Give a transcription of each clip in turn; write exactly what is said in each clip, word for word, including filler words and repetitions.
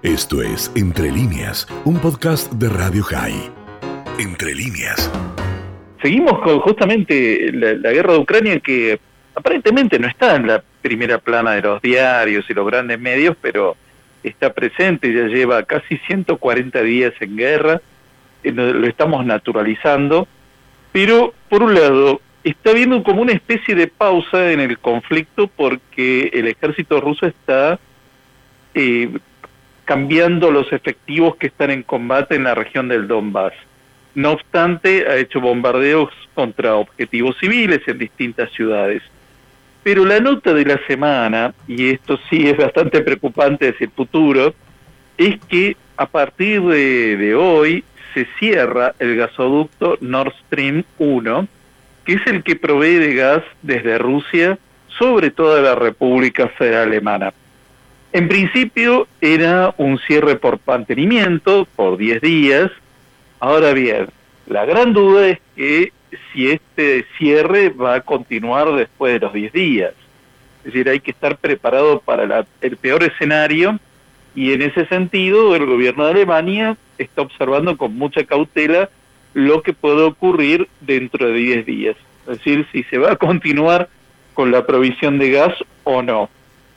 Esto es Entre Líneas, un podcast de Radio High. Entre Líneas. Seguimos con justamente la, la guerra de Ucrania, que aparentemente no está en la primera plana de los diarios y los grandes medios, pero está presente, ya lleva casi ciento cuarenta días en guerra, eh, lo estamos naturalizando, pero por un lado está habiendo como una especie de pausa en el conflicto porque el ejército ruso está eh, cambiando los efectivos que están en combate en la región del Donbass. No obstante, ha hecho bombardeos contra objetivos civiles en distintas ciudades. Pero la nota de la semana, y esto sí es bastante preocupante hacia el futuro, es que a partir de, de hoy se cierra el gasoducto Nord Stream uno, que es el que provee de gas desde Rusia sobre toda la República Federal Alemana. En principio era un cierre por mantenimiento, por diez días. Ahora bien, la gran duda es que si este cierre va a continuar después de los diez días. Es decir, hay que estar preparado para la, el peor escenario, y en ese sentido el gobierno de Alemania está observando con mucha cautela lo que puede ocurrir dentro de diez días. Es decir, si se va a continuar con la provisión de gas o no.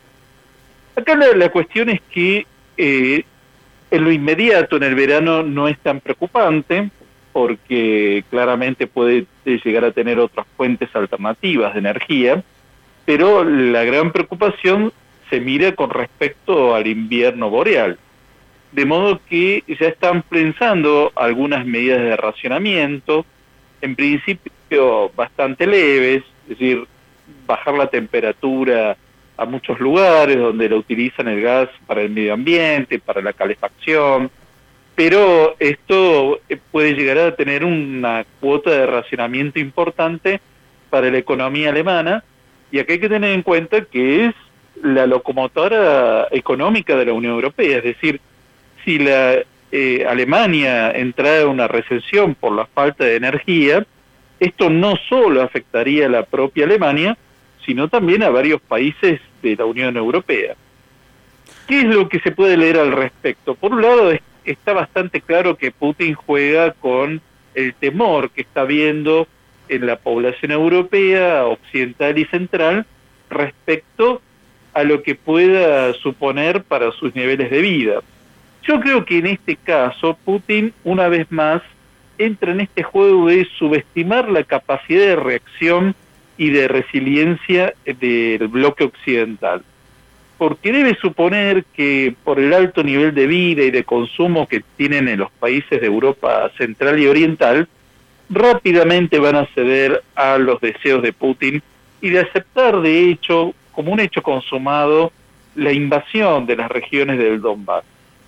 Acá la, la cuestión es que eh, en lo inmediato, en el verano, no es tan preocupante, porque claramente puede llegar a tener otras fuentes alternativas de energía, pero la gran preocupación se mira con respecto al invierno boreal. De modo que ya están pensando algunas medidas de racionamiento, en principio bastante leves, es decir, bajar la temperatura a muchos lugares donde lo utilizan el gas para el medio ambiente, para la calefacción, pero esto puede llegar a tener una cuota de racionamiento importante para la economía alemana, y acá hay que tener en cuenta que es la locomotora económica de la Unión Europea. Es decir, si la eh, Alemania entra en una recesión por la falta de energía, esto no solo afectaría a la propia Alemania, sino también a varios países de la Unión Europea. ¿Qué es lo que se puede leer al respecto? Por un lado, es, está bastante claro que Putin juega con el temor que está viendo en la población europea, occidental y central, respecto a lo que pueda suponer para sus niveles de vida. Yo creo que en este caso, Putin, una vez más, entra en este juego de subestimar la capacidad de reacción y de resiliencia del bloque occidental, porque debe suponer que por el alto nivel de vida y de consumo que tienen en los países de Europa central y oriental, rápidamente van a ceder a los deseos de Putin y de aceptar de hecho, como un hecho consumado, la invasión de las regiones del Donbass.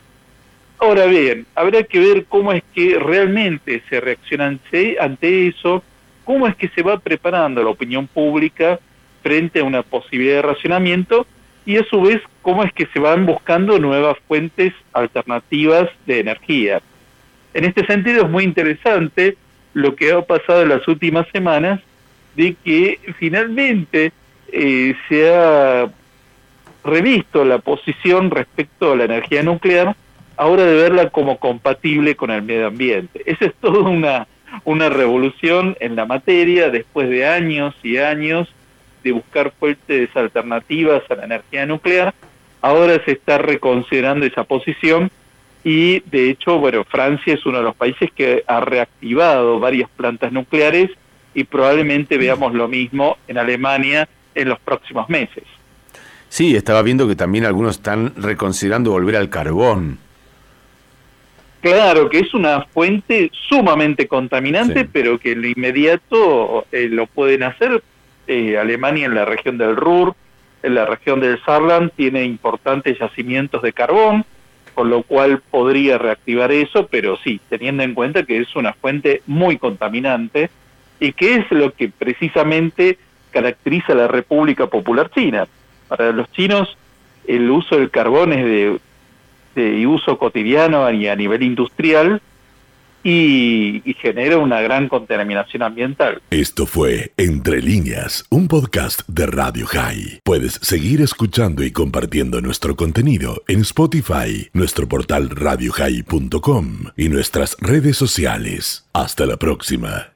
Ahora bien, habrá que ver cómo es que realmente se reacciona ante, ante eso, cómo es que se va preparando la opinión pública frente a una posibilidad de racionamiento, y a su vez cómo es que se van buscando nuevas fuentes alternativas de energía. En este sentido es muy interesante lo que ha pasado en las últimas semanas, de que finalmente eh, se ha revisto la posición respecto a la energía nuclear, ahora de verla como compatible con el medio ambiente. Esa es toda una una revolución en la materia, después de años y años de buscar fuentes alternativas a la energía nuclear. Ahora se está reconsiderando esa posición, y de hecho, bueno, Francia es uno de los países que ha reactivado varias plantas nucleares, y probablemente veamos lo mismo en Alemania en los próximos meses. Sí, estaba viendo que también algunos están reconsiderando volver al carbón. Claro, que es una fuente sumamente contaminante, sí, pero que en lo inmediato eh, lo pueden hacer. Eh, Alemania en la región del Ruhr, en la región del Saarland, tiene importantes yacimientos de carbón, con lo cual podría reactivar eso, pero sí, teniendo en cuenta que es una fuente muy contaminante, y que es lo que precisamente caracteriza a la República Popular China. Para los chinos, el uso del carbón es de... de uso cotidiano y a nivel industrial, y, y genera una gran contaminación ambiental. Esto fue Entre Líneas, un podcast de Radio High. Puedes seguir escuchando y compartiendo nuestro contenido en Spotify, nuestro portal radio high punto com y nuestras redes sociales. Hasta la próxima.